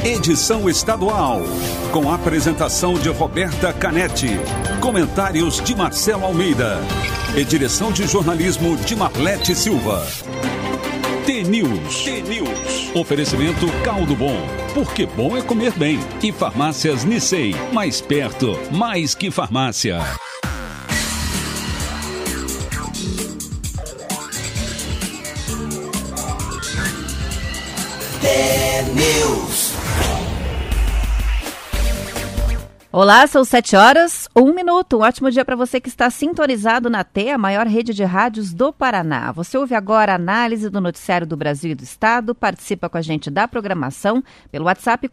edição estadual, com a apresentação de Roberta Canetti, comentários de Marcelo Almeida e direção de jornalismo de Marlete Silva. T-News. Oferecimento Caldo Bom, porque bom é comer bem. E Farmácias Nissei, mais perto, mais que farmácia. T-News. Olá, são 7h, 1 minuto. Um ótimo dia para você que está sintonizado na T, a maior rede de rádios do Paraná. Você ouve agora a análise do noticiário do Brasil e do Estado. Participa com a gente da programação pelo WhatsApp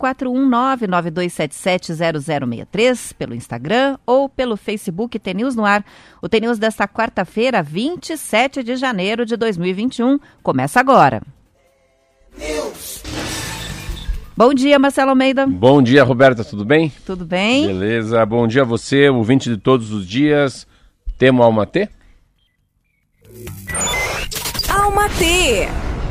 419-9277-0063, pelo Instagram ou pelo Facebook T-News no ar. O T-News desta quarta-feira, 27 de janeiro de 2021, começa agora. News. Bom dia, Marcelo Almeida. Bom dia, Roberta, tudo bem? Tudo bem? Beleza, bom dia a você, ouvinte de todos os dias. Temo Alma T? Alma T.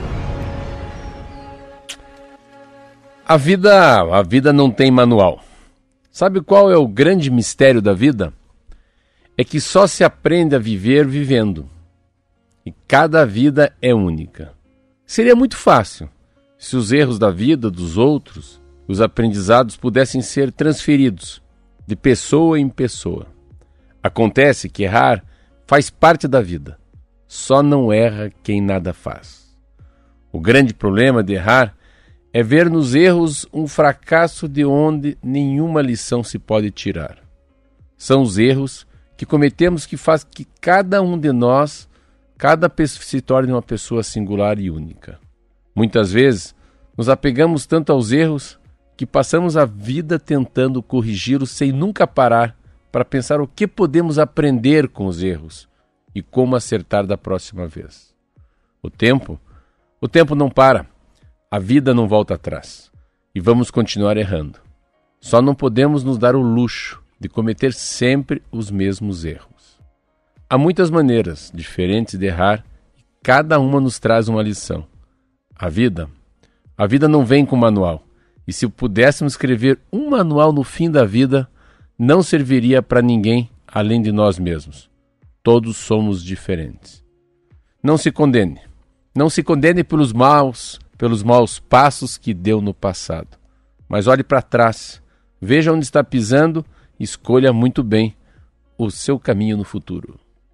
A vida não tem manual. Sabe qual é o grande mistério da vida? É que só se aprende a viver vivendo. E cada vida é única. Seria muito fácil se os erros da vida dos outros, os aprendizados pudessem ser transferidos de pessoa em pessoa. Acontece que errar faz parte da vida. Só não erra quem nada faz. O grande problema de errar é ver nos erros um fracasso de onde nenhuma lição se pode tirar. São os erros que cometemos que faz que cada um de nós, cada pessoa se torne uma pessoa singular e única. Muitas vezes, nos apegamos tanto aos erros que passamos a vida tentando corrigi-los sem nunca parar para pensar o que podemos aprender com os erros e como acertar da próxima vez. O tempo não para, a vida não volta atrás e vamos continuar errando. Só não podemos nos dar o luxo de cometer sempre os mesmos erros. Há muitas maneiras diferentes de errar e cada uma nos traz uma lição. A vida não vem com manual. E se pudéssemos escrever um manual no fim da vida, não serviria para ninguém além de nós mesmos. Todos somos diferentes. Não se condene. Não se condene pelos maus passos que deu no passado. Mas olhe para trás. Veja onde está pisando e escolha muito bem o seu caminho no futuro.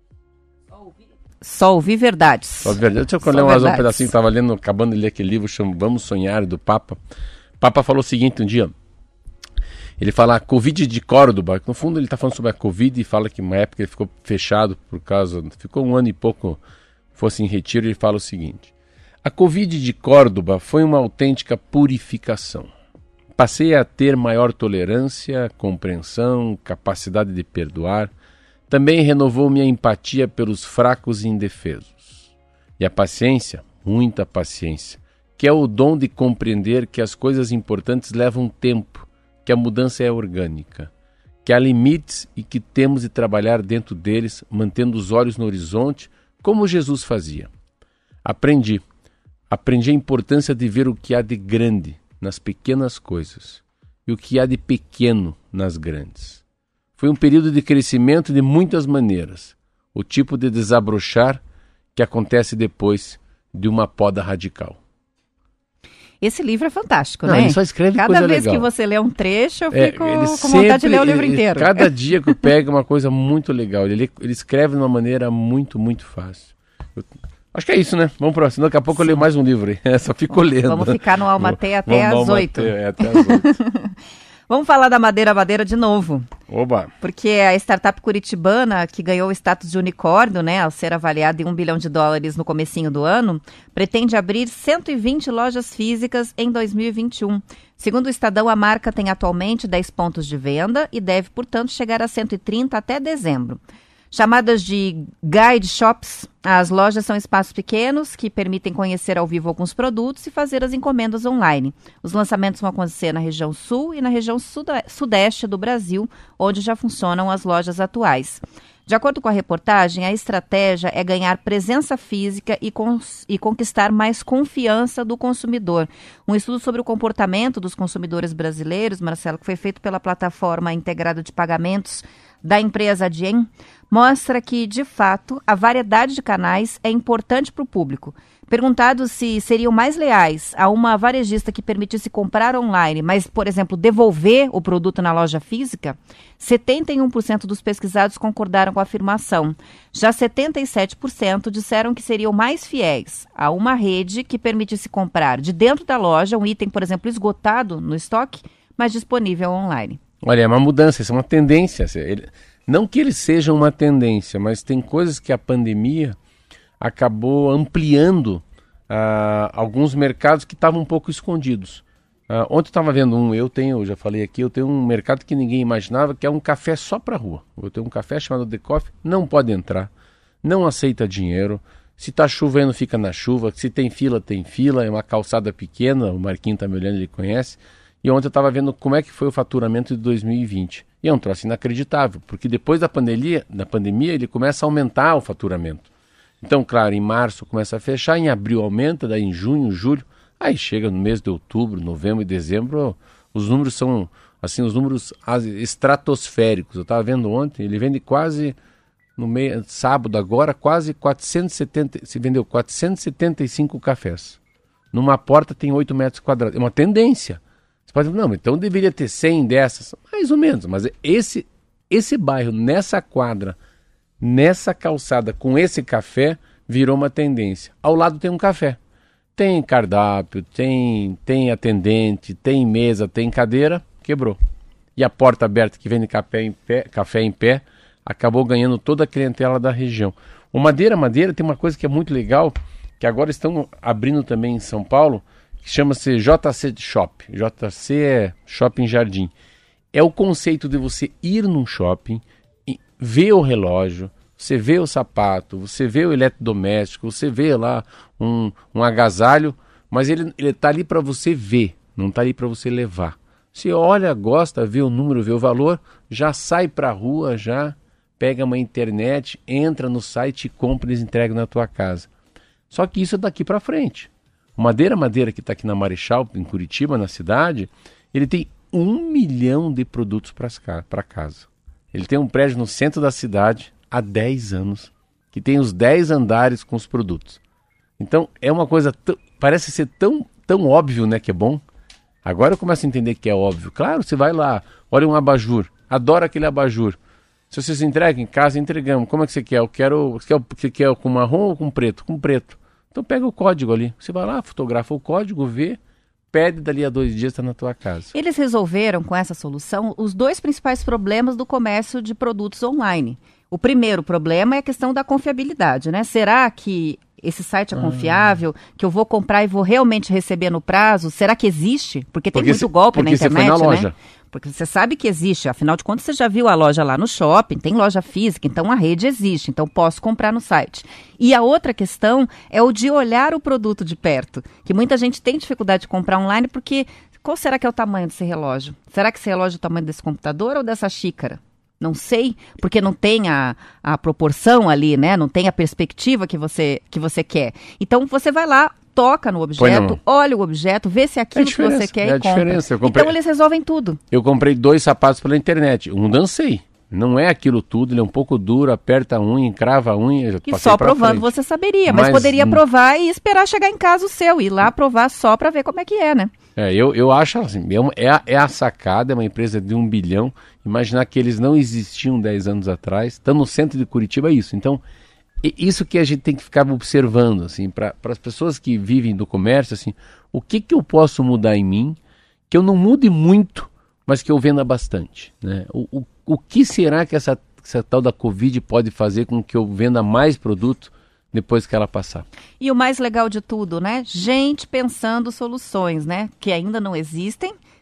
Só ouvir verdades. Só verdade. Deixa eu ler um pedacinho que estava lendo, acabando de ler aquele livro, chama Vamos Sonhar, do Papa. O Papa falou o seguinte um dia. Ele fala a Covid de Córdoba. No fundo ele está falando sobre a Covid e fala que uma época ele ficou fechado ficou um ano e pouco, fosse em retiro. Ele fala o seguinte: a Covid de Córdoba foi uma autêntica purificação. Passei a ter maior tolerância, compreensão, capacidade de perdoar. Também renovou minha empatia pelos fracos e indefesos. E a paciência, muita paciência, que é o dom de compreender que as coisas importantes levam tempo, que a mudança é orgânica, que há limites e que temos de trabalhar dentro deles, mantendo os olhos no horizonte, como Jesus fazia. Aprendi a importância de ver o que há de grande nas pequenas coisas e o que há de pequeno nas grandes. Foi um período de crescimento de muitas maneiras, o tipo de desabrochar que acontece depois de uma poda radical. Esse livro é fantástico, né? Ele só escreve coisa legal. Cada vez que você lê um trecho, eu fico com vontade de ler o livro inteiro. Cada dia que eu pego uma coisa muito legal. Ele escreve de uma maneira muito, muito fácil. Acho que é isso, né? Vamos para o próximo. Daqui a pouco eu leio mais um livro aí. Só fico lendo. Vamos ficar no Alma T até às 8. Até às 8. Vamos falar da Madeira de novo. Oba! Porque a startup curitibana, que ganhou o status de unicórnio, né, ao ser avaliada em $1 bilhão no comecinho do ano, pretende abrir 120 lojas físicas em 2021. Segundo o Estadão, a marca tem atualmente 10 pontos de venda e deve, portanto, chegar a 130 até dezembro. Chamadas de guide shops, as lojas são espaços pequenos que permitem conhecer ao vivo alguns produtos e fazer as encomendas online. Os lançamentos vão acontecer na região sul e na região sudeste do Brasil, onde já funcionam as lojas atuais. De acordo com a reportagem, a estratégia é ganhar presença física e conquistar mais confiança do consumidor. Um estudo sobre o comportamento dos consumidores brasileiros, Marcelo, que foi feito pela plataforma integrada de pagamentos da empresa Adyen, mostra que, de fato, a variedade de canais é importante para o público. Perguntado se seriam mais leais a uma varejista que permitisse comprar online, mas, por exemplo, devolver o produto na loja física, 71% dos pesquisados concordaram com a afirmação. Já 77% disseram que seriam mais fiéis a uma rede que permitisse comprar de dentro da loja um item, por exemplo, esgotado no estoque, mas disponível online. Olha, é uma mudança, isso é uma tendência. Não que eles sejam uma tendência, mas tem coisas que a pandemia acabou ampliando alguns mercados que estavam um pouco escondidos. Ontem eu estava vendo eu já falei aqui, eu tenho um mercado que ninguém imaginava, que é um café só para rua. Eu tenho um café chamado The Coffee, não pode entrar, não aceita dinheiro, se está chovendo fica na chuva, se tem fila, é uma calçada pequena, o Marquinhos está me olhando, ele conhece. E ontem eu estava vendo como é que foi o faturamento de 2020. E é um troço inacreditável, porque depois da pandemia ele começa a aumentar o faturamento. Então, claro, em março começa a fechar, em abril aumenta, daí em junho, julho, aí chega no mês de outubro, novembro e dezembro, os números são, assim, os números estratosféricos. Eu estava vendo ontem, ele vende quase, sábado agora, quase 475 cafés. Numa porta tem 8 metros quadrados. É uma tendência. Você pode dizer, não, então deveria ter 100 dessas. Mais ou menos, mas esse bairro, nessa quadra, nessa calçada, com esse café, virou uma tendência. Ao lado tem um café. Tem cardápio, tem atendente, tem mesa, tem cadeira, quebrou. E a porta aberta que vende café em pé, acabou ganhando toda a clientela da região. O Madeira tem uma coisa que é muito legal, que agora estão abrindo também em São Paulo, que chama-se JC Shop. JC é Shopping Jardim. É o conceito de você ir num shopping, ver o relógio, você vê o sapato, você vê o eletrodoméstico, você vê lá um agasalho, mas ele está ali para você ver, não está ali para você levar. Você olha, gosta, vê o número, vê o valor, já sai para a rua, já pega uma internet, entra no site e compra e eles entregam na tua casa. Só que isso é daqui para frente. O Madeira, que está aqui na Marechal, em Curitiba, na cidade, ele tem 1 milhão de produtos para casa. Ele tem um prédio no centro da cidade há 10 anos, que tem os 10 andares com os produtos. Então, é uma coisa, parece ser tão óbvio, né, que é bom. Agora eu começo a entender que é óbvio. Claro, você vai lá, olha um abajur, adora aquele abajur. Se você se entrega em casa, entregamos. Como é que você quer? Você quer com marrom ou com preto? Com preto. Então pega o código ali. Você vai lá, fotografa o código, vê, pede, dali a 2 dias está na tua casa. Eles resolveram com essa solução os 2 principais problemas do comércio de produtos online. O primeiro problema é a questão da confiabilidade, né? Será que esse site é confiável, que eu vou comprar e vou realmente receber no prazo? Será que existe? Porque tem muito golpe na internet, você foi na loja. Né? Porque você sabe que existe, afinal de contas você já viu a loja lá no shopping, tem loja física, então a rede existe, então posso comprar no site. E a outra questão é o de olhar o produto de perto, que muita gente tem dificuldade de comprar online porque qual será que é o tamanho desse relógio? Será que esse relógio é o tamanho desse computador ou dessa xícara? Não sei, porque não tem a proporção ali, né? Não tem a perspectiva que você quer. Então você vai lá, toca no objeto, olha o objeto, vê se é aquilo que você quer e compra. Então eles resolvem tudo. Eu comprei 2 sapatos pela internet, um dancei. Não é aquilo tudo, ele é um pouco duro, aperta a unha, encrava a unha. Já e só provando você saberia, mas poderia provar e esperar chegar em casa o seu, ir lá provar só para ver como é que é, né? Eu acho assim, é a sacada, é uma empresa de 1 bilhão, imaginar que eles não existiam 10 anos atrás, estão no centro de Curitiba, é isso. Então, isso que a gente tem que ficar observando, assim, para as pessoas que vivem do comércio, assim, o que eu posso mudar em mim, que eu não mude muito, mas que eu venda bastante, né? O que será que essa tal da Covid pode fazer com que eu venda mais produto depois que ela passar? E o mais legal de tudo, né? Gente pensando soluções, né? Que ainda não existem,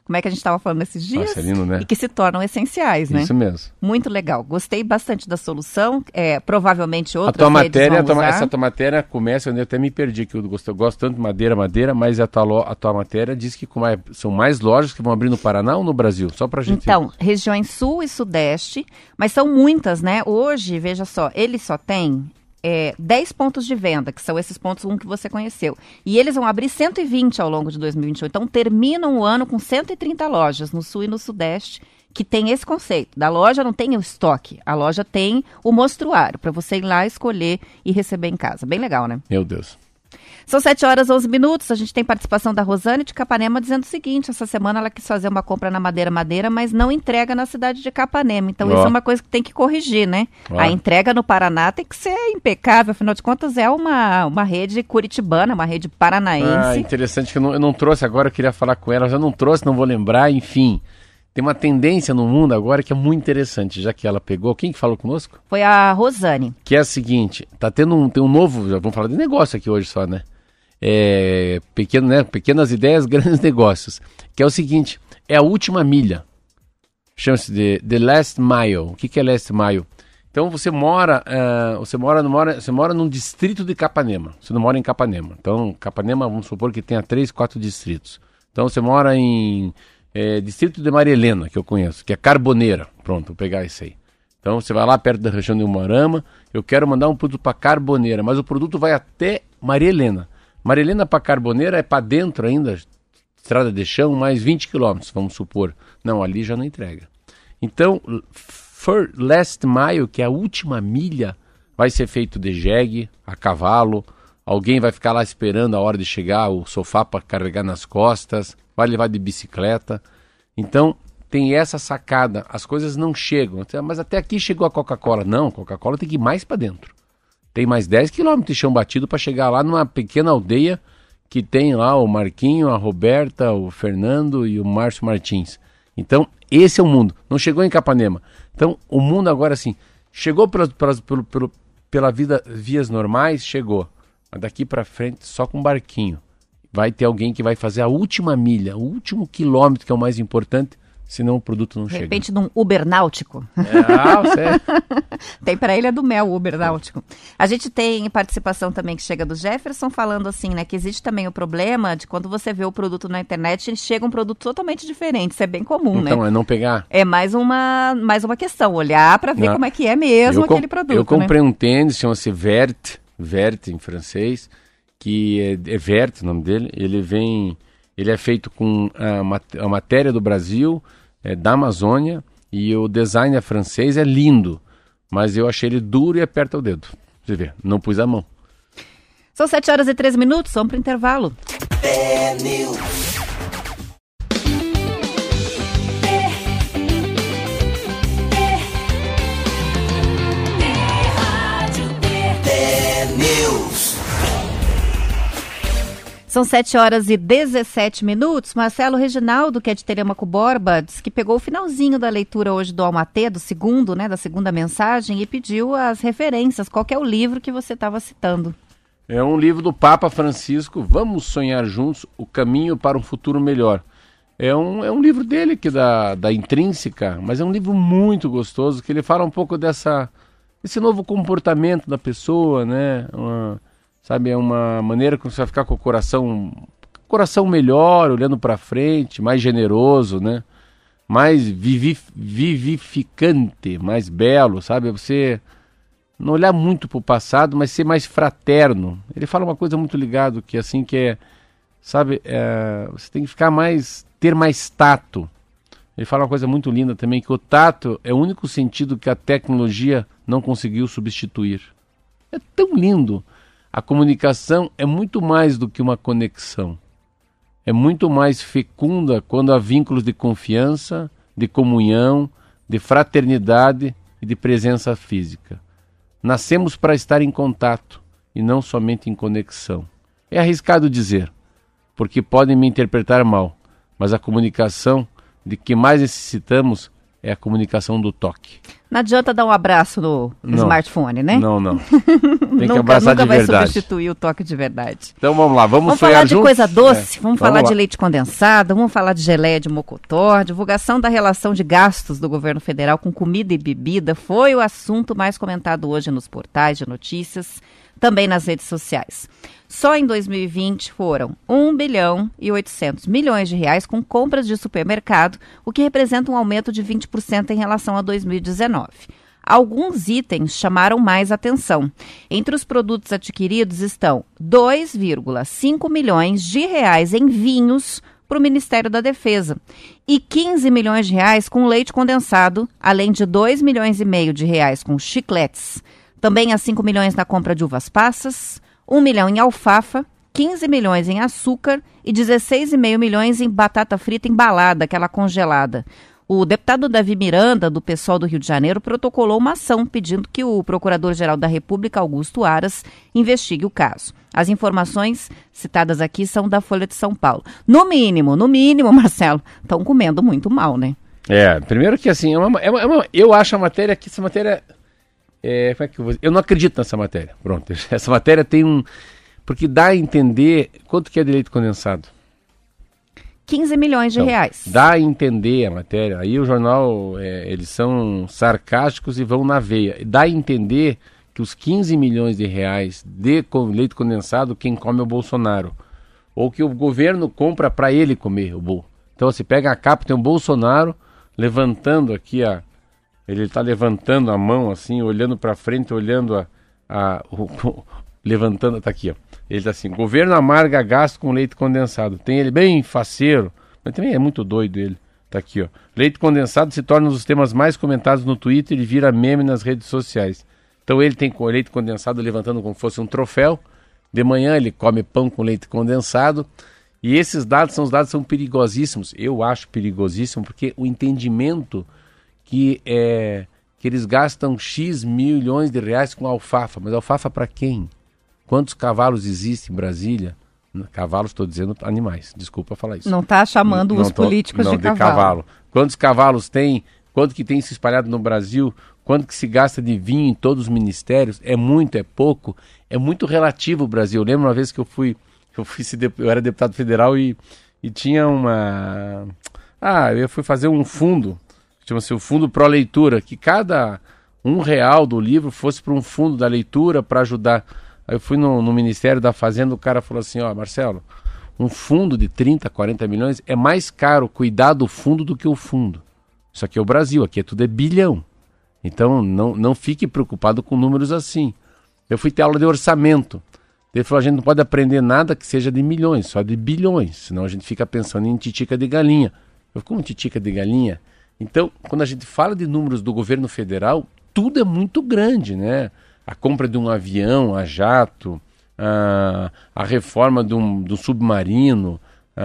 como é que a gente estava falando esses dias, Nossa, é lindo, né? E que se tornam essenciais, né? Isso mesmo. Muito legal. Gostei bastante da solução. Provavelmente outras tua redes matéria, vão usar. essa tua matéria começa, eu até me perdi, que eu gosto tanto de madeira, mas a tua matéria diz que são mais lojas que vão abrir no Paraná ou no Brasil? Só pra gente... Então, regiões sul e sudeste, mas são muitas, né? Hoje, veja só, ele só tem 10 pontos de venda, que são esses pontos que você conheceu. E eles vão abrir 120 ao longo de 2021. Então, terminam o ano com 130 lojas no sul e no sudeste, que tem esse conceito. Da loja não tem o estoque, a loja tem o mostruário, para você ir lá escolher e receber em casa. Bem legal, né? Meu Deus. São 7h11. A gente tem participação da Rosane de Capanema dizendo o seguinte: essa semana ela quis fazer uma compra na Madeira, mas não entrega na cidade de Capanema. Então isso é uma coisa que tem que corrigir, né? A entrega no Paraná tem que ser impecável, afinal de contas é uma rede curitibana, uma rede paranaense. Interessante que eu não trouxe agora, eu queria falar com ela, já não trouxe, não vou lembrar, enfim. Tem uma tendência no mundo agora que é muito interessante, já que ela pegou. Quem que falou conosco? Foi a Rosane. Que é a seguinte, tem um novo, já vamos falar de negócio aqui hoje só, né? Pequenas ideias, grandes negócios. Que é o seguinte, é a última milha. Chama-se de The Last Mile. O que é Last Mile? Então você mora num distrito de Capanema. Você não mora em Capanema. Então Capanema, vamos supor que tenha 3, 4 distritos. Então você mora em distrito de Maria Helena, que eu conheço, que é Carboneira. Pronto, vou pegar esse aí. Então você vai lá perto da região de Umuarama, eu quero mandar um produto para Carboneira, mas o produto vai até Maria Helena. Maria Helena para Carboneira é para dentro ainda, estrada de chão, mais 20 quilômetros, vamos supor. Não, ali já não entrega. Então, Last Mile, que é a última milha, vai ser feito de jegue, a cavalo, alguém vai ficar lá esperando a hora de chegar, o sofá para carregar nas costas, vai levar de bicicleta. Então, tem essa sacada, as coisas não chegam. Mas até aqui chegou a Coca-Cola. Não, a Coca-Cola tem que ir mais para dentro. Tem mais 10 quilômetros de chão batido para chegar lá numa pequena aldeia que tem lá o Marquinho, a Roberta, o Fernando e o Márcio Martins. Então, esse é o mundo. Não chegou em Capanema. Então, o mundo agora, assim, chegou pela vida, vias normais, chegou. Mas daqui para frente, só com barquinho. Vai ter alguém que vai fazer a última milha, o último quilômetro, que é o mais importante, senão o produto não chega. De repente, num Uber náutico. Tem para Ilha do Mel o Uber náutico. A gente tem participação também que chega do Jefferson falando assim, né, que existe também o problema de quando você vê o produto na internet, chega um produto totalmente diferente. Isso é bem comum, né? Então, é não pegar. É mais uma questão, olhar para ver como é que é mesmo aquele produto. Eu comprei um tênis, chama-se Vert em francês, que é Vert o nome dele. Ele é feito com a matéria do Brasil, da Amazônia, e o design é francês, é lindo, mas eu achei ele duro e aperta o dedo. Você vê, não pus a mão. São 7h13, vamos para o intervalo. São 7h17. Marcelo Reginaldo, que é de Telêmaco Borba, disse que pegou o finalzinho da leitura hoje do Almatê, da segunda mensagem, e pediu as referências. Qual que é o livro que você estava citando? É um livro do Papa Francisco, Vamos Sonhar Juntos, o Caminho para um Futuro Melhor. É um livro dele, que da Intrínseca, mas é um livro muito gostoso, que ele fala um pouco desse novo comportamento da pessoa, né? É uma maneira que você vai ficar com o coração melhor, olhando para frente, mais generoso, né? Mais vivificante, mais belo, sabe? Você não olhar muito para o passado, mas ser mais fraterno. Ele fala uma coisa muito ligada, que assim, você tem que ter mais tato. Ele fala uma coisa muito linda também, que o tato é o único sentido que a tecnologia não conseguiu substituir. É tão lindo. A comunicação é muito mais do que uma conexão. É muito mais fecunda quando há vínculos de confiança, de comunhão, de fraternidade e de presença física. Nascemos para estar em contato e não somente em conexão. É arriscado dizer, porque podem me interpretar mal, mas a comunicação de que mais necessitamos é a comunicação do toque. Não adianta dar um abraço no smartphone, né? Não. Tem que abraçar de verdade. Nunca vai substituir o toque de verdade. Então vamos lá, vamos falar de juntos? Coisa doce, vamos falar lá. De leite condensado, vamos falar de geleia de mocotó, divulgação da relação de gastos do governo federal com comida e bebida foi o assunto mais comentado hoje nos portais de notícias, também nas redes sociais. Só em 2020 foram 1 bilhão e 800 milhões de reais com compras de supermercado, o que representa um aumento de 20% em relação a 2019. Alguns itens chamaram mais atenção. Entre os produtos adquiridos estão 2,5 milhões de reais em vinhos para o Ministério da Defesa e 15 milhões de reais com leite condensado, além de 2 milhões e meio de reais com chicletes. Também há 5 milhões na compra de uvas passas, 1 milhão em alfafa, 15 milhões em açúcar e 16,5 milhões em batata frita embalada, aquela congelada. O deputado Davi Miranda, do PSOL do Rio de Janeiro, protocolou uma ação pedindo que o Procurador-Geral da República, Augusto Aras, investigue o caso. As informações citadas aqui são da Folha de São Paulo. No mínimo, Marcelo, estão comendo muito mal, né? Primeiro que assim, eu acho a matéria que essa matéria... eu não acredito nessa matéria. Pronto, essa matéria tem porque dá a entender quanto que é de leite condensado. 15 milhões de reais. Dá a entender a matéria. Aí o jornal, eles são sarcásticos e vão na veia. Dá a entender que os 15 milhões de reais de leite condensado, quem come é o Bolsonaro. Ou que o governo compra para ele comer o bolo. Então você pega a capa, tem o Bolsonaro levantando aqui ele está levantando a mão assim, olhando para frente, olhando levantando, tá aqui, ó. Ele está assim, governo amarga gasto com leite condensado. Tem ele bem faceiro, mas também é muito doido ele. Tá aqui, ó. Leite condensado se torna um dos temas mais comentados no Twitter e vira meme nas redes sociais. Então ele tem leite condensado levantando como se fosse um troféu. De manhã ele come pão com leite condensado. E esses dados são perigosíssimos. Eu acho perigosíssimo porque o entendimento que eles gastam X milhões de reais com alfafa. Mas alfafa para quem? Quantos cavalos existem em Brasília? Cavalos, estou dizendo animais, desculpa falar isso. Não está chamando os políticos de cavalo. Quantos cavalos tem? Quanto que tem se espalhado no Brasil? Quanto que se gasta de vinho em todos os ministérios? É muito, é pouco? É muito relativo o Brasil. Eu lembro uma vez que eu era deputado federal e tinha eu fui fazer um fundo, chama-se o Fundo Pro Leitura, que cada R$1 do livro fosse para um fundo da leitura para ajudar. Aí eu fui no Ministério da Fazenda, o cara falou assim, Marcelo, um fundo de 30, 40 milhões é mais caro cuidar do fundo do que o fundo. Isso aqui é o Brasil, aqui tudo é bilhão. Então não fique preocupado com números assim. Eu fui ter aula de orçamento. Ele falou, a gente não pode aprender nada que seja de milhões, só de bilhões, senão a gente fica pensando em titica de galinha. Eu como titica de galinha? Então, quando a gente fala de números do governo federal, tudo é muito grande, né? A compra de um avião a jato, a reforma do submarino,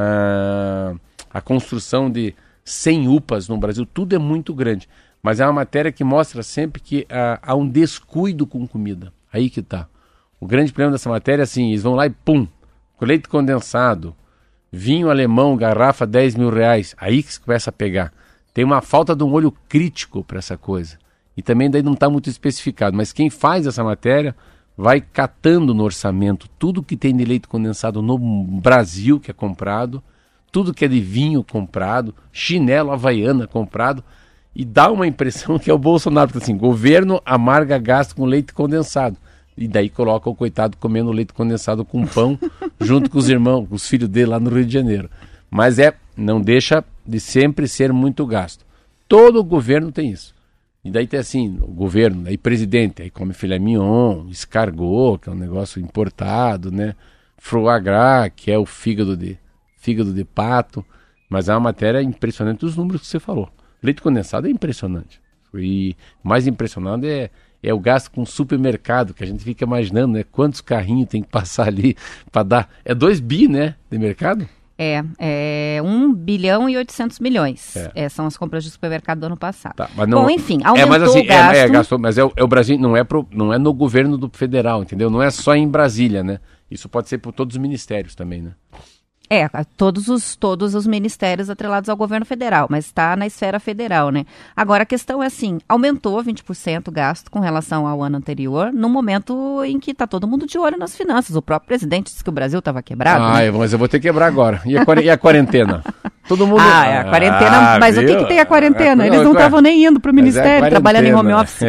a construção de 100 UPAs no Brasil, tudo é muito grande. Mas é uma matéria que mostra sempre que há um descuido com comida. Aí que está. O grande problema dessa matéria é assim, eles vão lá e pum, leite condensado, vinho alemão, garrafa, 10 mil reais. Aí que se começa a pegar. Tem uma falta de um olho crítico para essa coisa. E também daí não está muito especificado. Mas quem faz essa matéria vai catando no orçamento tudo que tem de leite condensado no Brasil que é comprado, tudo que é de vinho comprado, chinelo havaiana comprado, e dá uma impressão que é o Bolsonaro, porque assim, governo amarga gasto com leite condensado. E daí coloca o coitado comendo leite condensado com pão, junto com os irmãos, com os filhos dele lá no Rio de Janeiro. Mas não deixa de sempre ser muito gasto. Todo governo tem isso. E daí tem assim, o governo, aí presidente, aí come filé mignon, escargot, que é um negócio importado, né? Foie gras, que é o fígado de pato. Mas é uma matéria impressionante dos números que você falou. Leite condensado é impressionante. E mais impressionante é o gasto com supermercado, que a gente fica imaginando, né? Quantos carrinhos tem que passar ali para dar... É 2 bi, né, de mercado? É 1 bilhão e 800 milhões. São as compras de supermercado do ano passado. Tá, mas não, bom, enfim, aumentou mas assim, o gasto. Gastou, mas o Brasil não é no governo do federal, entendeu? Não é só em Brasília, né? Isso pode ser por todos os ministérios também, né? Todos os ministérios atrelados ao governo federal, mas está na esfera federal, né? Agora, a questão é assim, aumentou 20% o gasto com relação ao ano anterior, no momento em que está todo mundo de olho nas finanças. O próprio presidente disse que o Brasil estava quebrado. Né? Mas eu vou ter que quebrar agora. E a quarentena? Todo mundo... a quarentena, mas viu? o que tem a quarentena? Eles não estavam nem indo para o ministério, trabalhando em home office.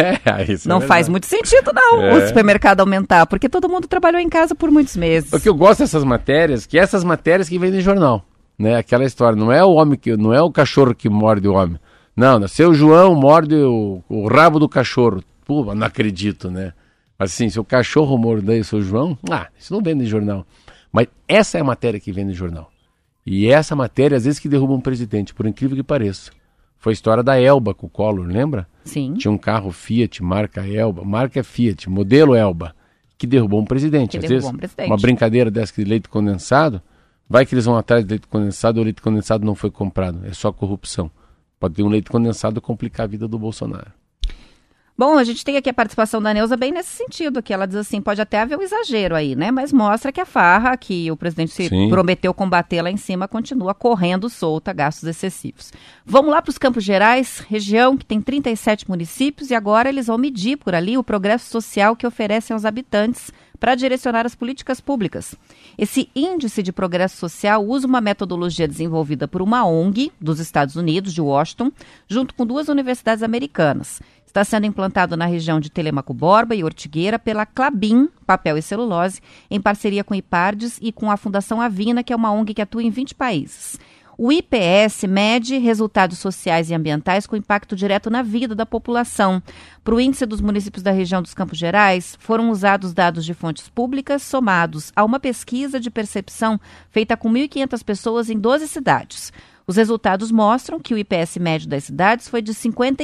Não faz muito sentido, não, o supermercado aumentar, porque todo mundo trabalhou em casa por muitos meses. O que eu gosto dessas matérias, que essas matérias que vêm no jornal, né? Aquela história, não é o cachorro que morde o homem. Não, seu João morde o rabo do cachorro. Pô, não acredito, né? Assim, se o cachorro morder o seu João, isso não vem no jornal. Mas essa é a matéria que vem no jornal. E essa matéria, às vezes, que derruba um presidente, por incrível que pareça. Foi a história da Elba com o Collor, lembra? Sim. Tinha um carro Fiat, marca Elba, marca Fiat, modelo Elba, que derrubou um presidente. Às vezes, uma brincadeira dessa de leite condensado, vai que eles vão atrás de leite condensado, o leite condensado não foi comprado, é só corrupção. Pode ter um leite condensado complicar a vida do Bolsonaro. Bom, a gente tem aqui a participação da Neuza bem nesse sentido, que ela diz assim, pode até haver um exagero aí, né? Mas mostra que a farra, que o presidente se prometeu combater lá em cima, continua correndo solta, gastos excessivos. Vamos lá para os Campos Gerais, região que tem 37 municípios, e agora eles vão medir por ali o progresso social que oferecem aos habitantes para direcionar as políticas públicas. Esse índice de progresso social usa uma metodologia desenvolvida por uma ONG dos Estados Unidos, de Washington, junto com 2 universidades americanas. Está sendo implantado na região de Telêmaco Borba e Ortigueira pela Klabin, Papel e Celulose, em parceria com o IPARDES e com a Fundação Avina, que é uma ONG que atua em 20 países. O IPS mede resultados sociais e ambientais com impacto direto na vida da população. Para o índice dos municípios da região dos Campos Gerais, foram usados dados de fontes públicas somados a uma pesquisa de percepção feita com 1.500 pessoas em 12 cidades. Os resultados mostram que o IPS médio das cidades foi de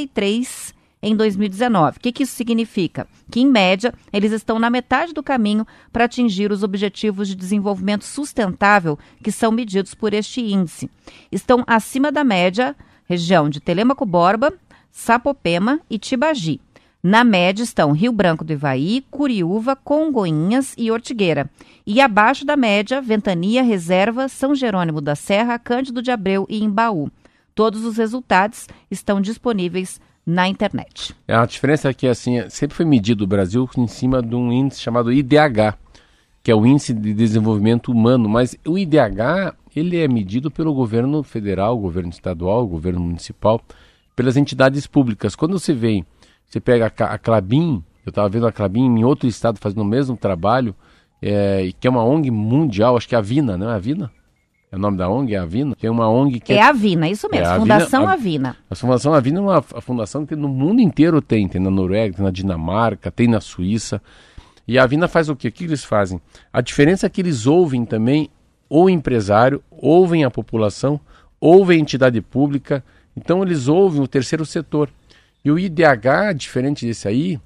53 em 2019. O que isso significa? Que, em média, eles estão na metade do caminho para atingir os objetivos de desenvolvimento sustentável que são medidos por este índice. Estão acima da média região de Telêmaco Borba, Sapopema e Tibagi. Na média estão Rio Branco do Ivaí, Curiúva, Congonhas e Ortigueira. E abaixo da média, Ventania, Reserva, São Jerônimo da Serra, Cândido de Abreu e Embaú. Todos os resultados estão disponíveis na internet. A diferença é que assim, sempre foi medido o Brasil em cima de um índice chamado IDH, que é o Índice de Desenvolvimento Humano, mas o IDH ele é medido pelo governo federal, governo estadual, governo municipal, pelas entidades públicas. Quando você pega a Klabin, eu estava vendo a Klabin em outro estado fazendo o mesmo trabalho, que é uma ONG mundial, acho que é a Avina, não é a Avina? O nome da ONG é a Avina, que é uma ONG que... É a Avina, isso mesmo, Fundação Avina. A Fundação Avina é uma fundação que no mundo inteiro tem na Noruega, tem na Dinamarca, tem na Suíça. E a Avina faz o quê? O que eles fazem? A diferença é que eles ouvem também o empresário, ouvem a população, ouvem a entidade pública, então eles ouvem o terceiro setor. E o IDH, diferente desse aí,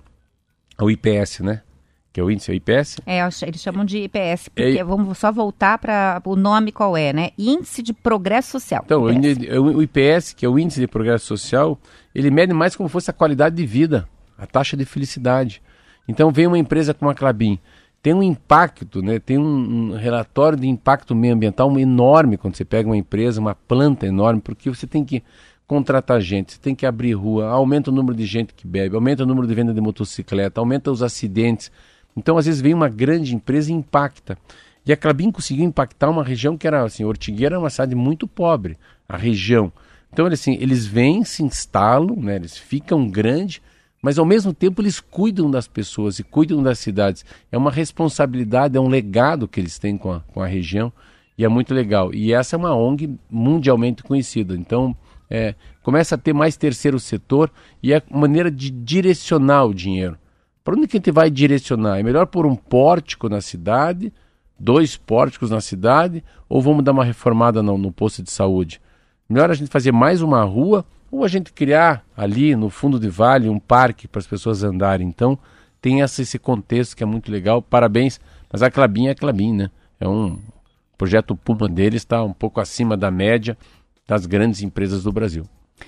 é o IPS, né? Que é o índice, é o IPS? Eles chamam de IPS, porque vamos só voltar para o nome qual é, né? Índice de Progresso Social. Então, o IPS, que é o Índice de Progresso Social, ele mede mais como fosse a qualidade de vida, a taxa de felicidade. Então, vem uma empresa como a Klabin, tem um impacto, né? Tem um relatório de impacto meioambiental enorme quando você pega uma empresa, uma planta enorme, porque você tem que contratar gente, você tem que abrir rua, aumenta o número de gente que bebe, aumenta o número de venda de motocicleta, aumenta os acidentes. Então, às vezes, vem uma grande empresa e impacta. E a Klabin conseguiu impactar uma região que era, assim, Ortigueira era uma cidade muito pobre, a região. Então, assim, eles vêm, se instalam, né, eles ficam grandes, mas ao mesmo tempo eles cuidam das pessoas e cuidam das cidades. É uma responsabilidade, é um legado que eles têm com a região e é muito legal. E essa é uma ONG mundialmente conhecida. Então, começa a ter mais terceiro setor e é maneira de direcionar o dinheiro. Para onde que a gente vai direcionar? É melhor pôr um pórtico na cidade, 2 pórticos na cidade, ou vamos dar uma reformada no posto de saúde? Melhor a gente fazer mais uma rua, ou a gente criar ali no fundo de vale um parque para as pessoas andarem. Então tem esse contexto que é muito legal, parabéns. Mas a Klabin é a Klabin, né? O projeto Puma deles está um pouco acima da média das grandes empresas do Brasil.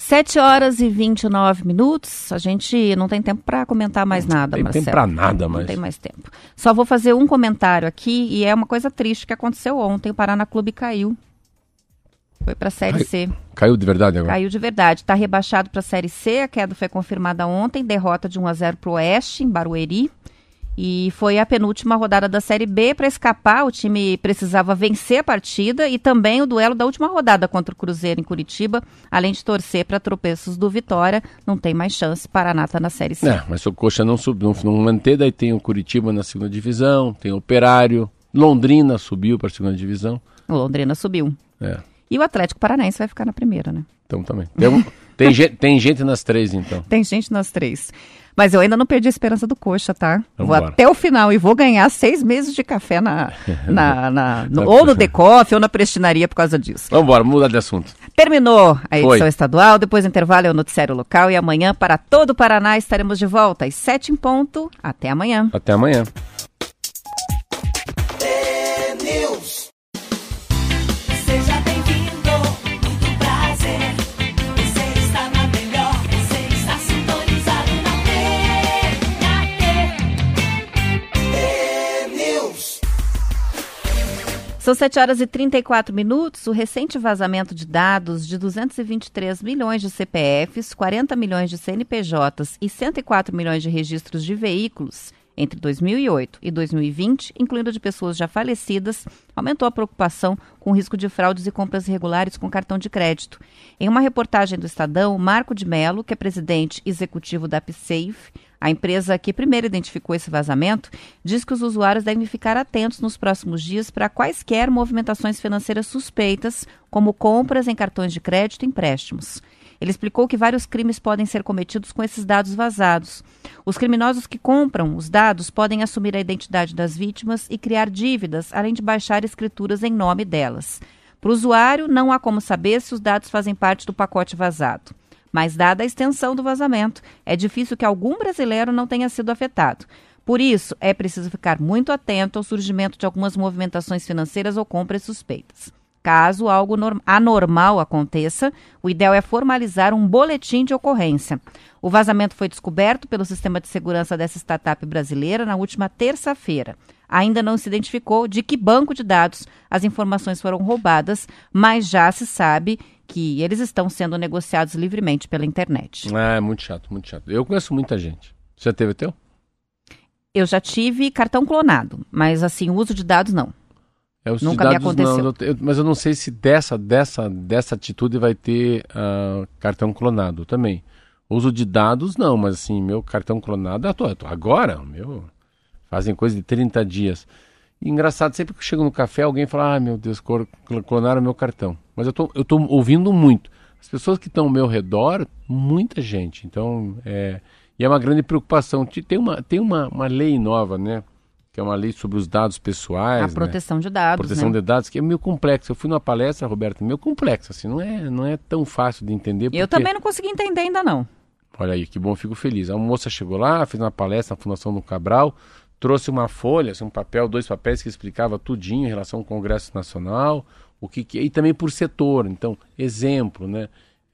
7h29. A gente não tem tempo para comentar mais nada, Marcelo. Não tem tempo para nada mais. Não tem mais tempo. Só vou fazer um comentário aqui, e é uma coisa triste que aconteceu ontem. O Paraná Clube caiu. Foi para a Série C. Caiu de verdade agora? Caiu de verdade. Está rebaixado para a Série C. A queda foi confirmada ontem. Derrota de 1-0 para o Oeste, em Barueri. E foi a penúltima rodada da Série B. Para escapar, o time precisava vencer a partida e também o duelo da última rodada contra o Cruzeiro em Curitiba, além de torcer para tropeços do Vitória. Não tem mais chance, Paraná está na Série C. Mas se o Coxa não manter, daí tem o Curitiba na segunda divisão, tem o Operário, Londrina subiu para a segunda divisão. O Londrina subiu. E o Atlético Paranaense vai ficar na primeira, né? Então também. Tem gente nas três, então. Tem gente nas três. Mas eu ainda não perdi a esperança do Coxa, tá? Vambora. Vou até o final e vou ganhar 6 meses de café ou no Decoff ou na prestinaria por causa disso. Vamos embora, mudar de assunto. Terminou a edição estadual, depois do intervalo é o noticiário local e amanhã para todo o Paraná estaremos de volta às 7 em ponto. Até amanhã. Até amanhã. Seja bem-vindo, muito prazer. Você está na melhor, você está sintonizado na T-News. São 7h34. O recente vazamento de dados de 223 milhões de CPFs, 40 milhões de CNPJs e 104 milhões de registros de veículos entre 2008 e 2020, incluindo de pessoas já falecidas, aumentou a preocupação com o risco de fraudes e compras irregulares com cartão de crédito. Em uma reportagem do Estadão, Marco de Mello, que é presidente executivo da PSafe, a empresa que primeiro identificou esse vazamento, diz que os usuários devem ficar atentos nos próximos dias para quaisquer movimentações financeiras suspeitas, como compras em cartões de crédito e empréstimos. Ele explicou que vários crimes podem ser cometidos com esses dados vazados. Os criminosos que compram os dados podem assumir a identidade das vítimas e criar dívidas, além de baixar escrituras em nome delas. Para o usuário, não há como saber se os dados fazem parte do pacote vazado. Mas, dada a extensão do vazamento, é difícil que algum brasileiro não tenha sido afetado. Por isso, é preciso ficar muito atento ao surgimento de algumas movimentações financeiras ou compras suspeitas. Caso algo anormal aconteça, o ideal é formalizar um boletim de ocorrência. O vazamento foi descoberto pelo sistema de segurança dessa startup brasileira na última terça-feira. Ainda não se identificou de que banco de dados as informações foram roubadas, mas já se sabe que eles estão sendo negociados livremente pela internet. É muito chato, muito chato. Eu conheço muita gente. Você já teve teu? Eu já tive cartão clonado, mas assim, o uso de dados não. Nunca me aconteceu. Mas eu não sei se dessa atitude vai ter cartão clonado também. Uso de dados não, mas assim, meu cartão clonado, agora, fazem coisa de 30 dias. E engraçado, sempre que eu chego no café, alguém fala, meu Deus, clonaram meu cartão. Mas eu tô ouvindo muito. As pessoas que estão ao meu redor, muita gente. Então, e é uma grande preocupação. Tem uma lei nova, né? Que é uma lei sobre os dados pessoais. A proteção de dados. Proteção de dados, que é meio complexo. Eu fui numa palestra, Roberto, meio complexo, assim, não é tão fácil de entender. Eu também não consegui entender ainda não. Olha aí, que bom, fico feliz. A moça chegou lá, fez uma palestra na Fundação do Cabral, trouxe uma folha, assim, um papel, 2 papéis que explicava tudinho em relação ao Congresso Nacional, e também por setor. Então, exemplo, né?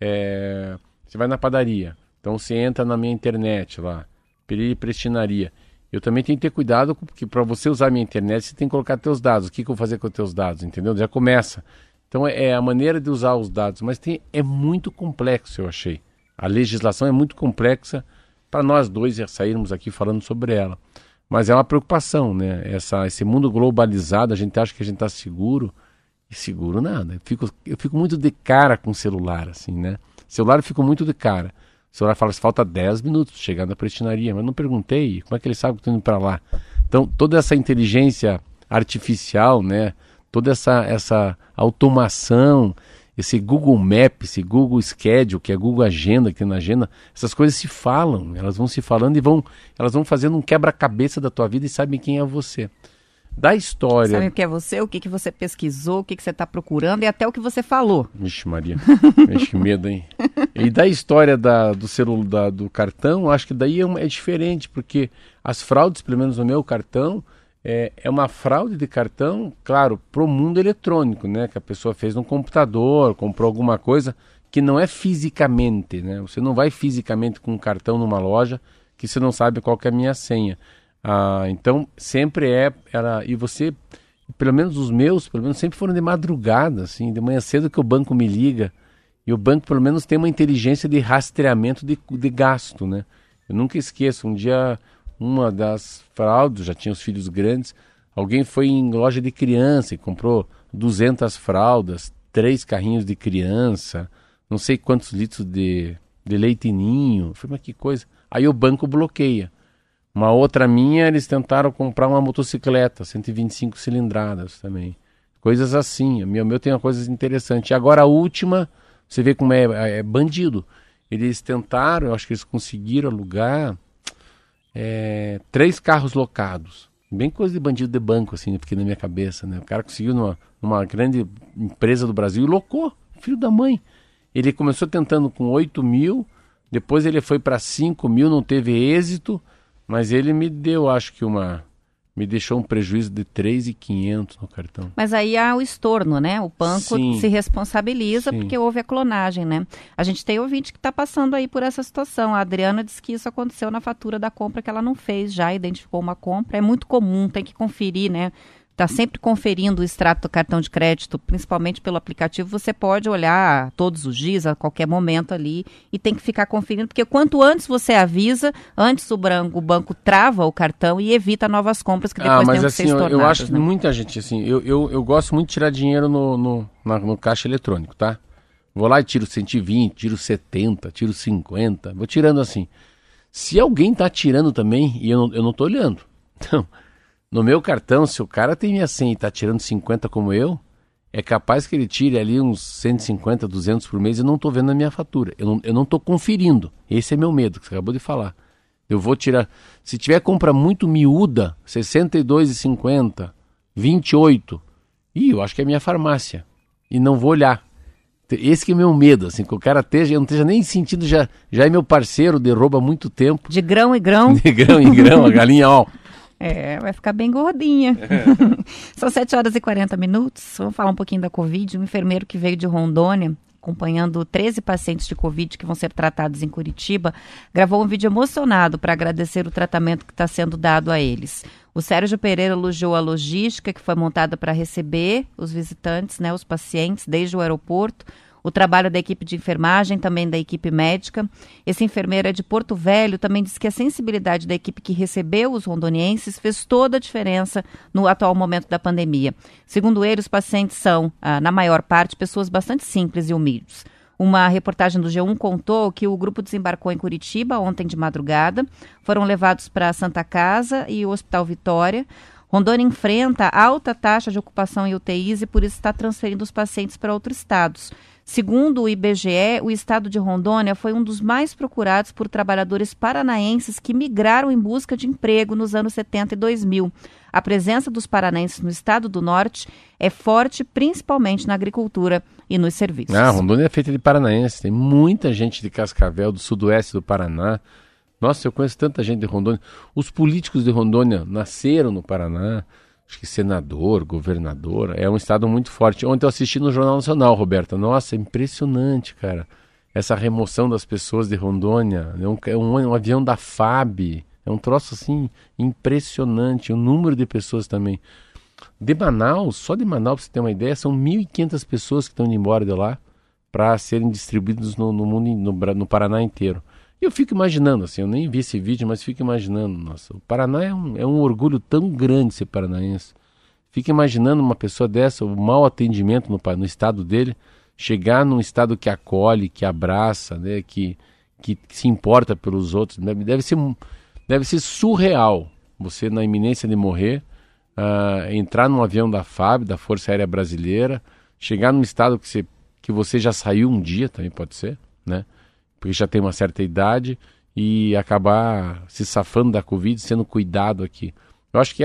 Você vai na padaria, então você entra na minha internet lá, prestinaria. Eu também tenho que ter cuidado, porque para você usar a minha internet, você tem que colocar teus dados. O que eu vou fazer com os teus dados, entendeu? Já começa. Então, é a maneira de usar os dados. Mas é muito complexo, eu achei. A legislação é muito complexa para nós dois já sairmos aqui falando sobre ela. Mas é uma preocupação, né? Esse mundo globalizado, a gente acha que a gente está seguro. E seguro nada. Eu fico muito de cara com o celular, assim, né? Celular eu fico muito de cara. O celular fala que falta 10 minutos para chegar na prestinaria, mas não perguntei, como é que ele sabe que estou indo para lá? Então, toda essa inteligência artificial, né? Toda essa automação, esse Google Map, esse Google Schedule, que é Google Agenda, que tem na agenda, essas coisas se falam, elas vão se falando e elas vão fazendo um quebra-cabeça da tua vida e sabem quem é você. Da história... Sabe o que é você, o que você pesquisou, o que você está procurando e até o que você falou. Vixe Maria, vixe que medo, hein? E da história do celular, do cartão, acho que daí é diferente, porque as fraudes, pelo menos no meu cartão, é uma fraude de cartão, claro, pro mundo eletrônico, né? Que a pessoa fez no computador, comprou alguma coisa, que não é fisicamente, né? Você não vai fisicamente com um cartão numa loja que você não sabe qual que é a minha senha. Então, sempre e você, pelo menos os meus, sempre foram de madrugada, assim, de manhã cedo que o banco me liga, e o banco pelo menos tem uma inteligência de rastreamento de gasto, né? Eu nunca esqueço, um dia, uma das fraudes, já tinha os filhos grandes, alguém foi em loja de criança e comprou 200 fraldas, 3 carrinhos de criança, não sei quantos litros de leite ninho. Eu falei, mas que coisa. Aí o banco bloqueia. Uma outra minha, eles tentaram comprar uma motocicleta, 125 cilindradas também. Coisas assim. O meu tem uma coisa interessante. E agora a última, você vê como é bandido. Eles tentaram, eu acho que eles conseguiram alugar 3 carros locados. Bem coisa de bandido de banco, assim, porque na minha cabeça, né? O cara conseguiu numa grande empresa do Brasil e locou, filho da mãe. Ele começou tentando com 8 mil, depois ele foi para 5 mil, não teve êxito, mas ele me deu, acho que me deixou um prejuízo de 3.500 no cartão. Mas aí há o estorno, né? O banco Sim. se responsabiliza porque houve a clonagem, né? A gente tem ouvinte que está passando aí por essa situação. A Adriana disse que isso aconteceu na fatura da compra que ela não fez, já identificou uma compra. É muito comum, tem que conferir, né? Está sempre conferindo o extrato do cartão de crédito, principalmente pelo aplicativo. Você pode olhar todos os dias, a qualquer momento ali, e tem que ficar conferindo, porque quanto antes você avisa, antes o banco trava o cartão e evita novas compras que depois tem que ser estornadas. Eu acho que né? muita gente, assim, eu gosto muito de tirar dinheiro no caixa eletrônico, tá? Vou lá e tiro 120, tiro 70, tiro 50, vou tirando assim. Se alguém tá tirando também, e eu não tô olhando, então... No meu cartão, se o cara tem minha senha e está tirando 50 como eu, é capaz que ele tire ali uns 150, 200 por mês e eu não estou vendo na minha fatura. Eu não estou conferindo. Esse é meu medo, que você acabou de falar. Eu vou tirar... Se tiver compra muito miúda, 62,50, 28, eu acho que é minha farmácia. E não vou olhar. Esse que é o meu medo, assim, que o cara eu não esteja nem sentindo, já é meu parceiro, derruba há muito tempo. De grão em grão. De grão em grão, a galinha, ó. Vai ficar bem gordinha. São 7h40. Vamos falar um pouquinho da Covid. Um enfermeiro que veio de Rondônia, acompanhando 13 pacientes de Covid que vão ser tratados em Curitiba, gravou um vídeo emocionado para agradecer o tratamento que está sendo dado a eles. O Sérgio Pereira elogiou a logística que foi montada para receber os visitantes, né, os pacientes, desde o aeroporto, o trabalho da equipe de enfermagem, também da equipe médica. Esse enfermeiro é de Porto Velho, também disse que a sensibilidade da equipe que recebeu os rondonienses fez toda a diferença no atual momento da pandemia. Segundo ele, os pacientes são, na maior parte, pessoas bastante simples e humildes. Uma reportagem do G1 contou que o grupo desembarcou em Curitiba ontem de madrugada, foram levados para a Santa Casa e o Hospital Vitória. Rondônia enfrenta alta taxa de ocupação em UTIs e por isso está transferindo os pacientes para outros estados. Segundo o IBGE, o estado de Rondônia foi um dos mais procurados por trabalhadores paranaenses que migraram em busca de emprego nos anos 70 e 2000. A presença dos paranaenses no estado do Norte é forte, principalmente na agricultura e nos serviços. Rondônia é feita de paranaenses, tem muita gente de Cascavel, do sudoeste do Paraná. Nossa, eu conheço tanta gente de Rondônia. Os políticos de Rondônia nasceram no Paraná. Acho que senador, governador, é um estado muito forte. Ontem eu assisti no Jornal Nacional, Roberta. Nossa, é impressionante, cara. Essa remoção das pessoas de Rondônia. É um avião da FAB. É um troço, assim, impressionante. O número de pessoas também. De Manaus, só de Manaus, pra você ter uma ideia, são 1.500 pessoas que estão indo embora de lá para serem distribuídos no mundo, no Paraná inteiro. E eu fico imaginando, assim, eu nem vi esse vídeo, mas fico imaginando, nossa, o Paraná é um orgulho tão grande ser paranaense. Fico imaginando uma pessoa dessa, o mau atendimento no estado dele, chegar num estado que acolhe, que abraça, né, que se importa pelos outros. Deve ser surreal você, na iminência de morrer, entrar num avião da FAB, da Força Aérea Brasileira, chegar num estado que você já saiu um dia, também pode ser, né? Porque já tem uma certa idade e acabar se safando da Covid, sendo cuidado aqui. Eu acho que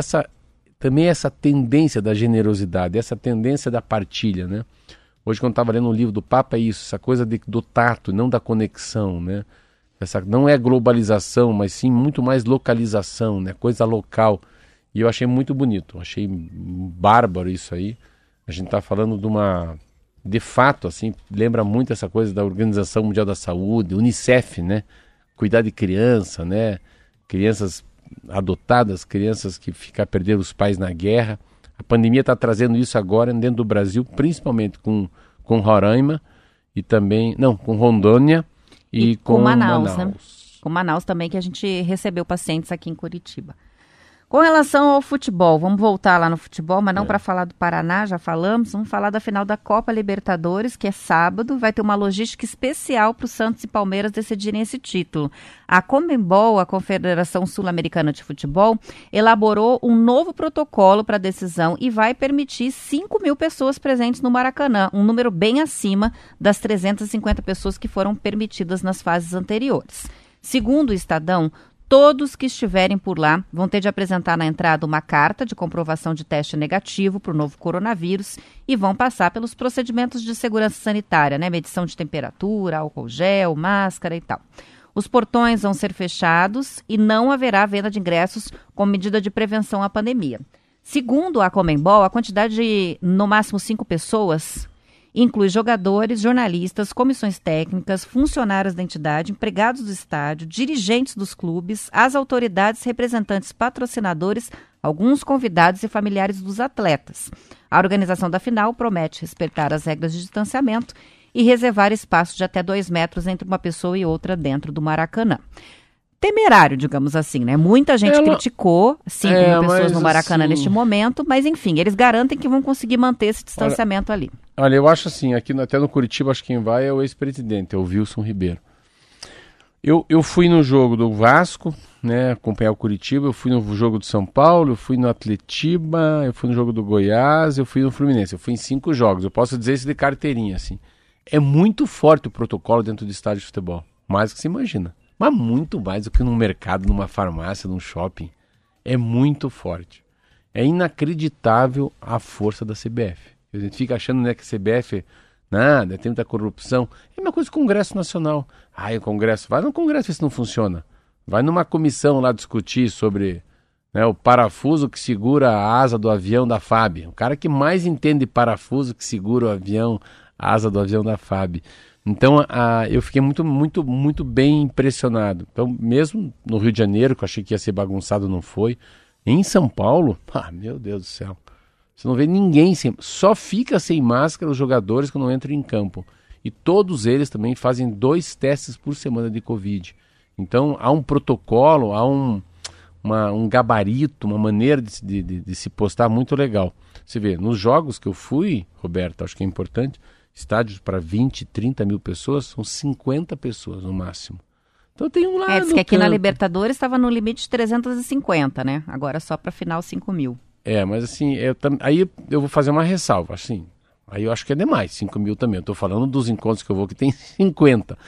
também essa tendência da generosidade, essa tendência da partilha, né? Hoje, quando eu estava lendo um livro do Papa, é isso, essa coisa do tato, não da conexão, né? Essa não é globalização, mas sim muito mais localização, né? Coisa local. E eu achei muito bonito, achei bárbaro isso aí. A gente está falando de fato, assim, lembra muito essa coisa da Organização Mundial da Saúde, UNICEF, né? Cuidar de criança, né? Crianças adotadas, crianças que ficam a perder os pais na guerra. A pandemia está trazendo isso agora dentro do Brasil, principalmente com Roraima e também, não, com Rondônia e com Manaus. Né? Com Manaus também, que a gente recebeu pacientes aqui em Curitiba. Com relação ao futebol, vamos voltar lá no futebol, mas não para falar do Paraná, já falamos, vamos falar da final da Copa Libertadores, que é sábado, vai ter uma logística especial para o Santos e Palmeiras decidirem esse título. A Conmebol, a Confederação Sul-Americana de Futebol, elaborou um novo protocolo para a decisão e vai permitir 5 mil pessoas presentes no Maracanã, um número bem acima das 350 pessoas que foram permitidas nas fases anteriores. Segundo o Estadão, todos que estiverem por lá vão ter de apresentar na entrada uma carta de comprovação de teste negativo para o novo coronavírus e vão passar pelos procedimentos de segurança sanitária, né? Medição de temperatura, álcool gel, máscara e tal. Os portões vão ser fechados e não haverá venda de ingressos como medida de prevenção à pandemia. Segundo a Conmebol, a quantidade de, no máximo, 5 pessoas inclui jogadores, jornalistas, comissões técnicas, funcionários da entidade, empregados do estádio, dirigentes dos clubes, as autoridades, representantes, patrocinadores, alguns convidados e familiares dos atletas. A organização da final promete respeitar as regras de distanciamento e reservar espaço de até 2 metros entre uma pessoa e outra dentro do Maracanã. Temerário, digamos assim, né? Muita gente criticou 5 mil pessoas no Maracanã neste momento, mas enfim, eles garantem que vão conseguir manter esse distanciamento ali. Olha, eu acho assim, aqui até no Curitiba, acho que quem vai é o ex-presidente, é o Wilson Ribeiro. Eu fui no jogo do Vasco, né, acompanhar o Curitiba, eu fui no jogo do São Paulo, eu fui no Atletiba, eu fui no jogo do Goiás, eu fui no Fluminense, eu fui em 5 jogos, eu posso dizer isso de carteirinha, assim. É muito forte o protocolo dentro do estádio de futebol, mais do que se imagina. Mas muito mais do que num mercado, numa farmácia, num shopping. É muito forte. É inacreditável a força da CBF. A gente fica achando, né, que a CBF, nada, tem muita corrupção. É uma coisa do Congresso Nacional. O Congresso, vai no Congresso ver se não funciona. Vai numa comissão lá discutir sobre, né, o parafuso que segura a asa do avião da FAB. O cara que mais entende parafuso que segura o avião, a asa do avião da FAB. Então, eu fiquei muito bem impressionado. Então, mesmo no Rio de Janeiro, que eu achei que ia ser bagunçado, não foi. Em São Paulo, meu Deus do céu. Você não vê ninguém só fica sem máscara os jogadores quando entram em campo. E todos eles também fazem 2 testes por semana de Covid. Então, há um protocolo, há um gabarito, uma maneira de se postar muito legal. Você vê, nos jogos que eu fui, Roberto, acho que é importante, estádios para 20, 30 mil pessoas, são 50 pessoas no máximo. Então tem um lá diz que aqui na Libertadores estava no limite de 350, né? Agora só para final 5 mil. Mas assim, aí eu vou fazer uma ressalva, assim. Aí eu acho que é demais, 5 mil também. Eu estou falando dos encontros que eu vou que tem 50.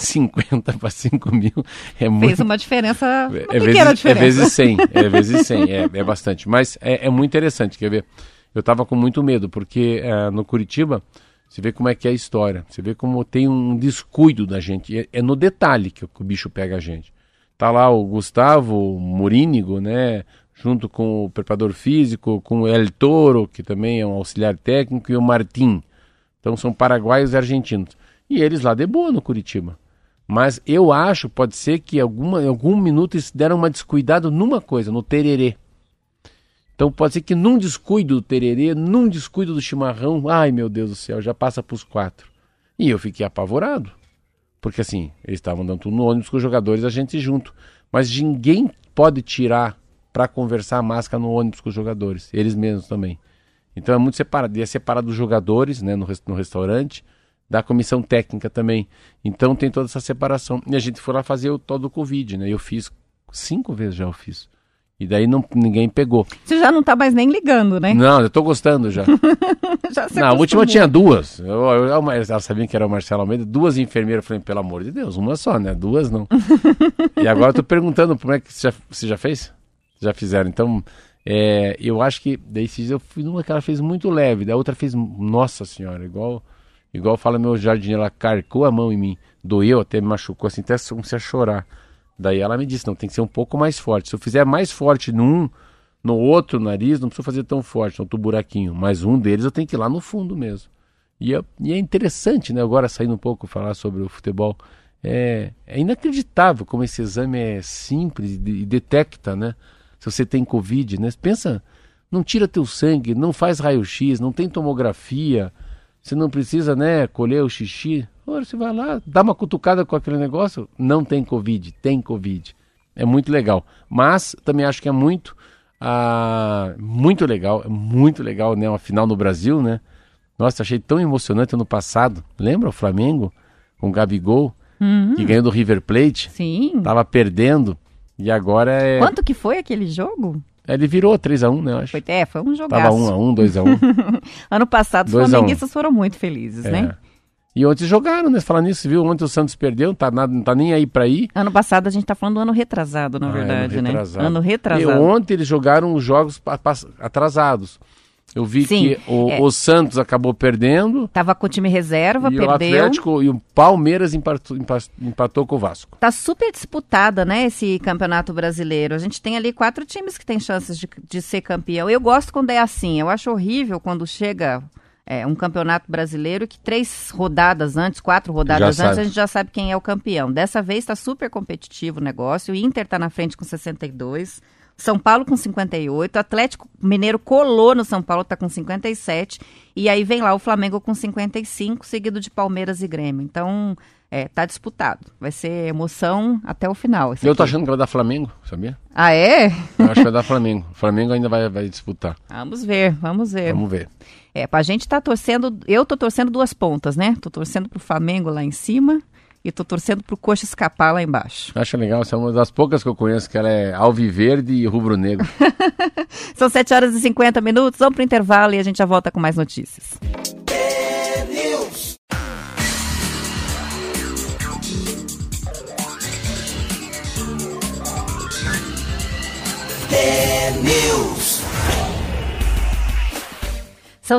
50 para 5 mil é muito... Fez uma diferença, pequena diferença. É vezes 100, é bastante. Mas é muito interessante, quer ver? Eu estava com muito medo, porque no Curitiba... Você vê como é que é a história, você vê como tem um descuido da gente, é no detalhe que o bicho pega a gente. Tá lá o Gustavo Morínigo, né, junto com o preparador físico, com o El Toro, que também é um auxiliar técnico, e o Martim. Então são paraguaios e argentinos. E eles lá de boa no Curitiba. Mas eu acho, pode ser que em algum minuto eles deram uma descuidada numa coisa, no tererê. Então pode ser que num descuido do tererê, num descuido do chimarrão, ai meu Deus do céu, já passa para os 4. E eu fiquei apavorado, porque assim, eles estavam dando tudo no ônibus com os jogadores, a gente junto. Mas ninguém pode tirar para conversar a máscara no ônibus com os jogadores, eles mesmos também. Então é muito separado, ia separar dos jogadores, né, no restaurante, da comissão técnica também. Então tem toda essa separação. E a gente foi lá fazer o tal do Covid, né, eu fiz 5 vezes já eu fiz. E daí ninguém pegou. Você já não tá mais nem ligando, né? Não, eu tô gostando já. Na última tinha 2. Ela sabia que era o Marcelo Almeida. 2 enfermeiras. Eu falei, pelo amor de Deus, uma só, né? 2 não. E agora eu tô perguntando, como é que você já fez? Já fizeram. Então, eu acho que daí eu fui numa que ela fez muito leve. Da outra fez, nossa senhora, igual fala meu jardineiro, ela carcou a mão em mim. Doeu, até me machucou, assim, até comecei a chorar. Daí ela me disse, não, tem que ser um pouco mais forte. Se eu fizer mais forte no outro nariz, não preciso fazer tão forte, no outro buraquinho. Mas um deles eu tenho que ir lá no fundo mesmo. E é interessante, né, agora saindo um pouco falar sobre o futebol. É inacreditável como esse exame é simples e detecta, né, se você tem Covid, né? Pensa, não tira teu sangue, não faz raio-x, não tem tomografia, você não precisa, né, colher o xixi. Ora, você vai lá, dá uma cutucada com aquele negócio, não tem Covid, tem Covid. É muito legal, mas também acho que é muito legal, né, uma final no Brasil, né? Nossa, achei tão emocionante ano passado. Lembra o Flamengo com o Gabigol, que ganhou do River Plate? Sim. Tava perdendo e agora é... Quanto que foi aquele jogo? Ele virou 3-1, né, eu acho. Foi um jogaço. Tava 1-1, 2-1. Ano passado os 2-1. flamenguistas foram muito felizes, né? E ontem jogaram, né? Falando nisso, viu? Ontem o Santos perdeu, não tá nem aí pra ir. Ano passado a gente tá falando do ano retrasado, na verdade, ano né? retrasado. Ano retrasado. E ontem eles jogaram os jogos atrasados. Eu vi que o Santos acabou perdendo. Tava com o time reserva, e perdeu. O Atlético e o Palmeiras empatou com o Vasco. Tá super disputada, né, esse campeonato brasileiro. A gente tem ali 4 times que têm chances de ser campeão. Eu gosto quando é assim. Eu acho horrível quando chega um campeonato brasileiro que 3 rodadas antes, 4 rodadas antes, a gente já sabe quem é o campeão. Dessa vez tá super competitivo o negócio. O Inter tá na frente com 62. São Paulo com 58, Atlético Mineiro colou no São Paulo, está com 57, e aí vem lá o Flamengo com 55, seguido de Palmeiras e Grêmio. Então, tá disputado. Vai ser emoção até o final. Eu tô achando que vai dar Flamengo, sabia? Ah, é? Eu acho que vai dar Flamengo. O Flamengo ainda vai disputar. Vamos ver. Vamos ver. Pra gente tá torcendo, eu tô torcendo 2 pontas, né? Tô torcendo pro Flamengo lá em cima. E tô torcendo pro Coxa escapar lá embaixo. Acho legal, essa é uma das poucas que eu conheço, que ela é alviverde e rubro-negro. São 7h50, vamos pro intervalo e a gente já volta com mais notícias. São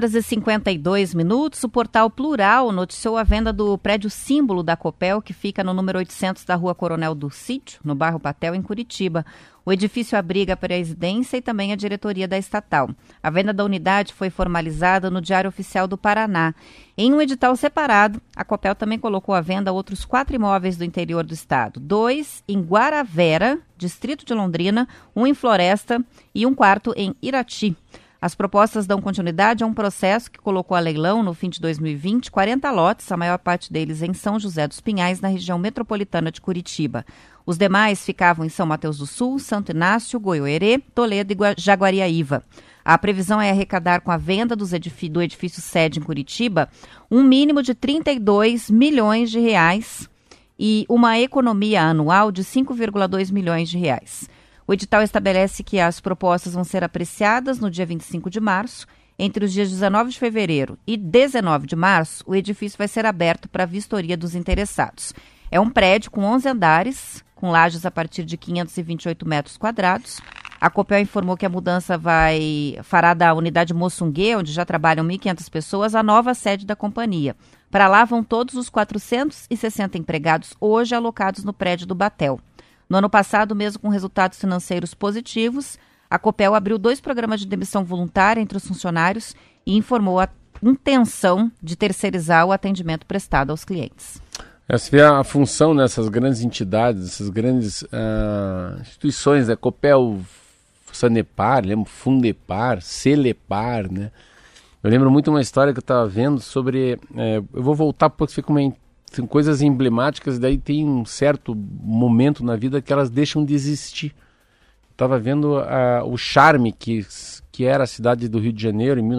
7h52. O portal Plural noticiou a venda do prédio símbolo da Copel, que fica no número 800 da Rua Coronel do Sítio, no bairro Patel, em Curitiba. O edifício abriga a presidência e também a diretoria da estatal. A venda da unidade foi formalizada no Diário Oficial do Paraná. Em um edital separado, a Copel também colocou à venda outros 4 imóveis do interior do estado. 2 em Guaravera, distrito de Londrina, 1 em Floresta e 1 quarto em Irati. As propostas dão continuidade a um processo que colocou a leilão, no fim de 2020, 40 lotes, a maior parte deles em São José dos Pinhais, na região metropolitana de Curitiba. Os demais ficavam em São Mateus do Sul, Santo Inácio, Goiôerê, Toledo e Jaguariaíva. A previsão é arrecadar com a venda do edifício sede em Curitiba um mínimo de 32 milhões de reais e uma economia anual de 5,2 milhões de reais. O edital estabelece que as propostas vão ser apreciadas no dia 25 de março. Entre os dias 19 de fevereiro e 19 de março, o edifício vai ser aberto para a vistoria dos interessados. É um prédio com 11 andares, com lajes a partir de 528 metros quadrados. A Copel informou que a mudança fará da unidade Moçungue, onde já trabalham 1.500 pessoas, a nova sede da companhia. Para lá vão todos os 460 empregados hoje alocados no prédio do Batel. No ano passado, mesmo com resultados financeiros positivos, a Copel abriu 2 programas de demissão voluntária entre os funcionários e informou a intenção de terceirizar o atendimento prestado aos clientes. Essa vê a função dessas grandes entidades, essas grandes instituições, né? Copel, Sanepar, lembro, Fundepar, Celepar, né? Eu lembro muito uma história que eu estava vendo sobre... eu vou voltar porque fica tem coisas emblemáticas, daí tem um certo momento na vida que elas deixam de existir. Estava vendo o charme que era a cidade do Rio de Janeiro em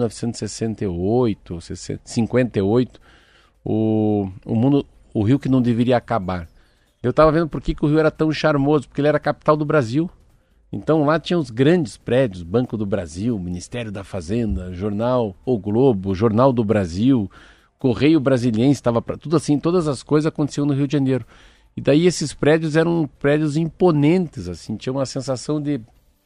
1968, 58, o Rio que não deveria acabar. Eu estava vendo por que o Rio era tão charmoso, porque ele era a capital do Brasil. Então lá tinha os grandes prédios, Banco do Brasil, Ministério da Fazenda, Jornal O Globo, Jornal do Brasil, Correio Brasiliense, tudo assim, todas as coisas aconteciam no Rio de Janeiro. E daí esses prédios eram prédios imponentes, assim, tinha uma sensação de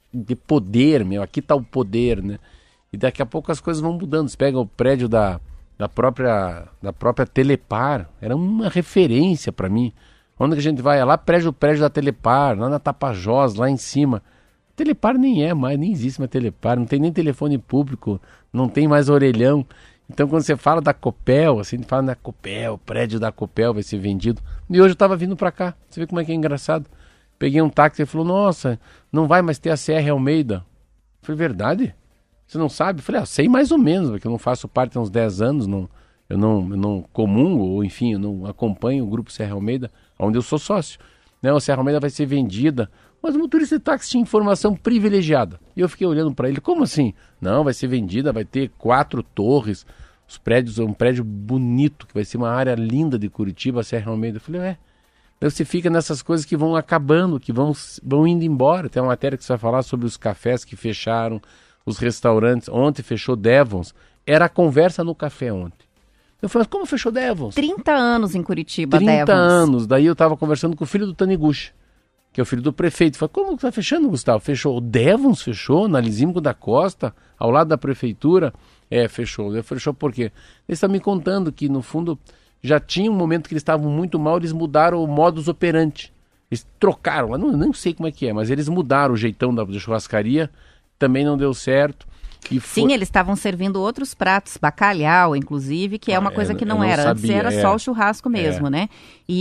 poder, aqui está o poder, né? E daqui a pouco as coisas vão mudando. Você pega o prédio da própria Telepar, era uma referência para mim. Onde que a gente vai? É lá o prédio da Telepar, lá na Tapajós, lá em cima. Telepar nem existe mais Telepar, não tem nem telefone público, não tem mais orelhão. Então, quando você fala da Copel, assim, fala na Copel, o prédio da Copel vai ser vendido. E hoje eu estava vindo para cá. Você vê como é que é engraçado. Peguei um táxi e falou, nossa, não vai mais ter a CR Almeida. Eu falei, verdade? Você não sabe? Eu falei, sei mais ou menos, porque eu não faço parte há uns 10 anos, eu não comungo, ou enfim, eu não acompanho o Grupo Serra Almeida, onde eu sou sócio. Não, a Serra Almeida vai ser vendida. Mas o motorista de táxi tinha informação privilegiada. E eu fiquei olhando para ele, como assim? Não, vai ser vendida, vai ter 4 torres, os prédios, um prédio bonito, que vai ser uma área linda de Curitiba, a Serra Almeida. Eu falei, Daí você fica nessas coisas que vão acabando, que vão indo embora. Tem uma matéria que você vai falar sobre os cafés que fecharam, os restaurantes. Ontem fechou Devons. Era a conversa no café ontem. Eu falei, mas como fechou Devons? 30 anos em Curitiba, 30 Devons. anos. Daí eu estava conversando com o filho do Taniguchi, que é o filho do prefeito. Falei, como que tá fechando, Gustavo? Fechou. O Devons fechou, na Lisímaco da Costa, ao lado da prefeitura. Fechou. Fechou por quê? Eles estão me contando que, no fundo, já tinha um momento que eles estavam muito mal, eles mudaram o modus operandi. Eles trocaram, eu não sei como é que é, mas eles mudaram o jeitão da churrascaria, também não deu certo. Sim, eles estavam servindo outros pratos, bacalhau, inclusive, que é uma coisa que não era. Antes era só o churrasco mesmo, né?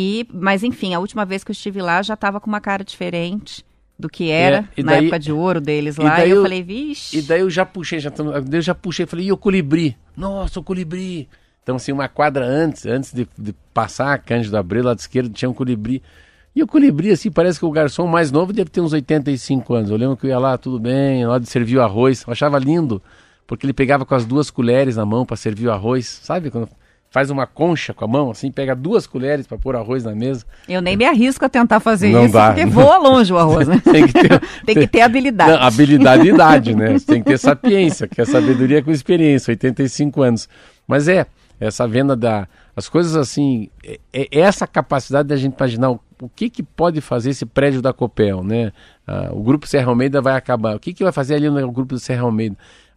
Mas enfim, a última vez que eu estive lá já estava com uma cara diferente do que era na época de ouro deles lá. E eu falei, vixe. E daí eu já puxei, falei, e o colibri? Nossa, o colibri. Então, assim, uma quadra antes de passar a Cândido Abreu, lá de esquerda, tinha um colibri. E o colibri, assim, parece que o garçom mais novo deve ter uns 85 anos. Eu lembro que eu ia lá, tudo bem, lá de servir o arroz. Eu achava lindo, porque ele pegava com as 2 colheres na mão para servir o arroz. Sabe, quando faz uma concha com a mão, assim, pega 2 colheres para pôr arroz na mesa. Eu nem me arrisco a tentar fazer isso, porque voa longe o arroz, né? Tem que ter habilidade. Não, habilidade e idade, né? Você tem que ter sapiência, que é sabedoria com experiência, 85 anos. Mas essa venda as coisas assim, essa capacidade da gente imaginar o que pode fazer esse prédio da Copel, né? O Grupo Serra Almeida vai acabar. O que vai fazer ali no Grupo do Serra Almeida?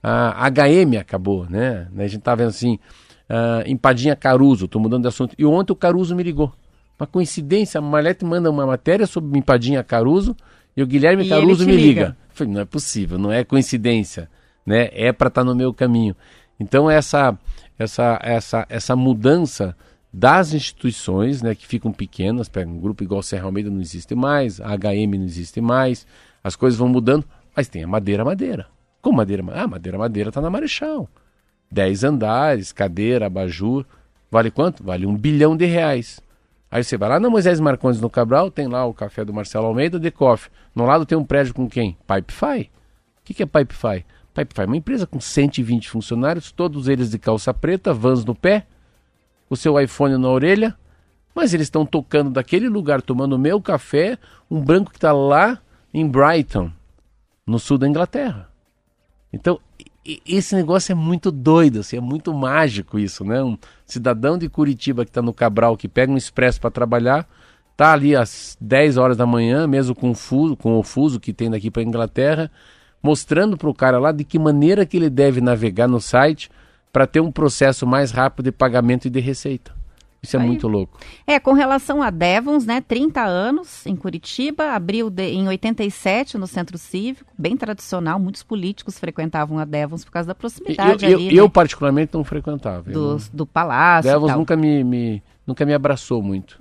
A HM acabou, né? A gente tá vendo assim, Empadinha Caruso, tô mudando de assunto. E ontem o Caruso me ligou. Uma coincidência, a Marlete manda uma matéria sobre Empadinha Caruso e o Guilherme Caruso me liga. Eu falei, não é possível, não é coincidência, né? É para estar no meu caminho. Então essa mudança das instituições, né, que ficam pequenas, um grupo igual Serra Almeida não existe mais, a HM não existe mais, as coisas vão mudando, mas tem a Madeira. Como Madeira? Madeira está na Marechal. 10 andares, cadeira, abajur, vale quanto? Vale R$1 bilhão. Aí você vai lá na Moisés Marcondes, no Cabral, tem lá o café do Marcelo Almeida, The Coffee. No lado tem um prédio com quem? Pipefy. O que é Pipefy? Pipefy é uma empresa com 120 funcionários, todos eles de calça preta, Vans no pé, o seu iPhone na orelha, mas eles estão tocando daquele lugar, tomando o meu café, um branco que está lá em Brighton, no sul da Inglaterra. Então, esse negócio é muito doido, assim, é muito mágico isso, né? Um cidadão de Curitiba que está no Cabral, que pega um expresso para trabalhar, está ali às 10 horas da manhã, mesmo com o fuso que tem daqui para a Inglaterra, mostrando para o cara lá de que maneira que ele deve navegar no site para ter um processo mais rápido de pagamento e de receita. Isso é muito louco. Com relação a Devons, né, 30 anos em Curitiba, abriu em 87 no Centro Cívico, bem tradicional, muitos políticos frequentavam a Devons por causa da proximidade ali. Eu particularmente não frequentava. Do Palácio Devons e tal. Nunca me abraçou muito.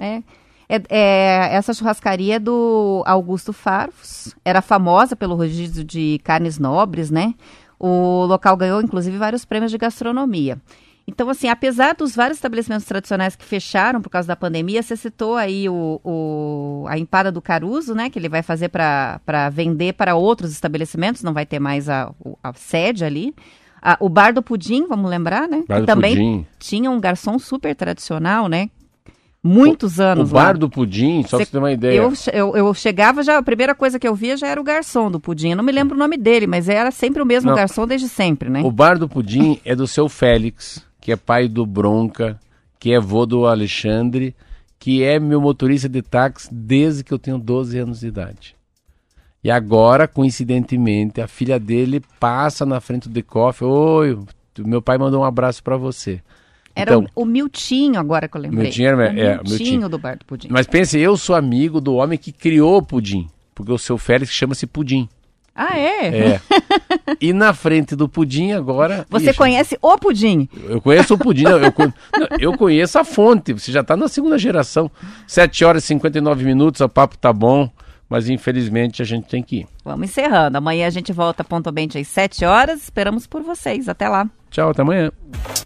Essa churrascaria do Augusto Farfus era famosa pelo rodízio de carnes nobres, né? O local ganhou, inclusive, vários prêmios de gastronomia. Então, assim, apesar dos vários estabelecimentos tradicionais que fecharam por causa da pandemia, você citou aí a empada do Caruso, né? Que ele vai fazer para vender para outros estabelecimentos, não vai ter mais a sede ali. O Bar do Pudim, vamos lembrar, né? Que também tinha um garçom super tradicional, né? Muitos anos lá. O Bar do Pudim, só pra você ter uma ideia. Eu chegava já, a primeira coisa que eu via já era o garçom do Pudim. Eu não me lembro o nome dele, mas era sempre o mesmo garçom desde sempre, né? O Bar do Pudim é do seu Félix, que é pai do Bronca, que é vô do Alexandre, que é meu motorista de táxi desde que eu tenho 12 anos de idade. E agora, coincidentemente, a filha dele passa na frente do The Coffee. Oi, meu pai mandou um abraço pra você. Era então, o Miltinho, agora que eu lembrei. O Miltinho do Bar do Pudim. Mas pense, eu sou amigo do homem que criou o pudim, porque o seu Félix chama-se Pudim. Ah, é? É. E na frente do pudim agora... Você conhece o pudim? Eu conheço o pudim, não, eu conheço a fonte, você já está na segunda geração. 7 horas e 59 minutos, o papo tá bom, mas infelizmente a gente tem que ir. Vamos encerrando. Amanhã a gente volta pontualmente às 7 horas. Esperamos por vocês. Até lá. Tchau, até amanhã.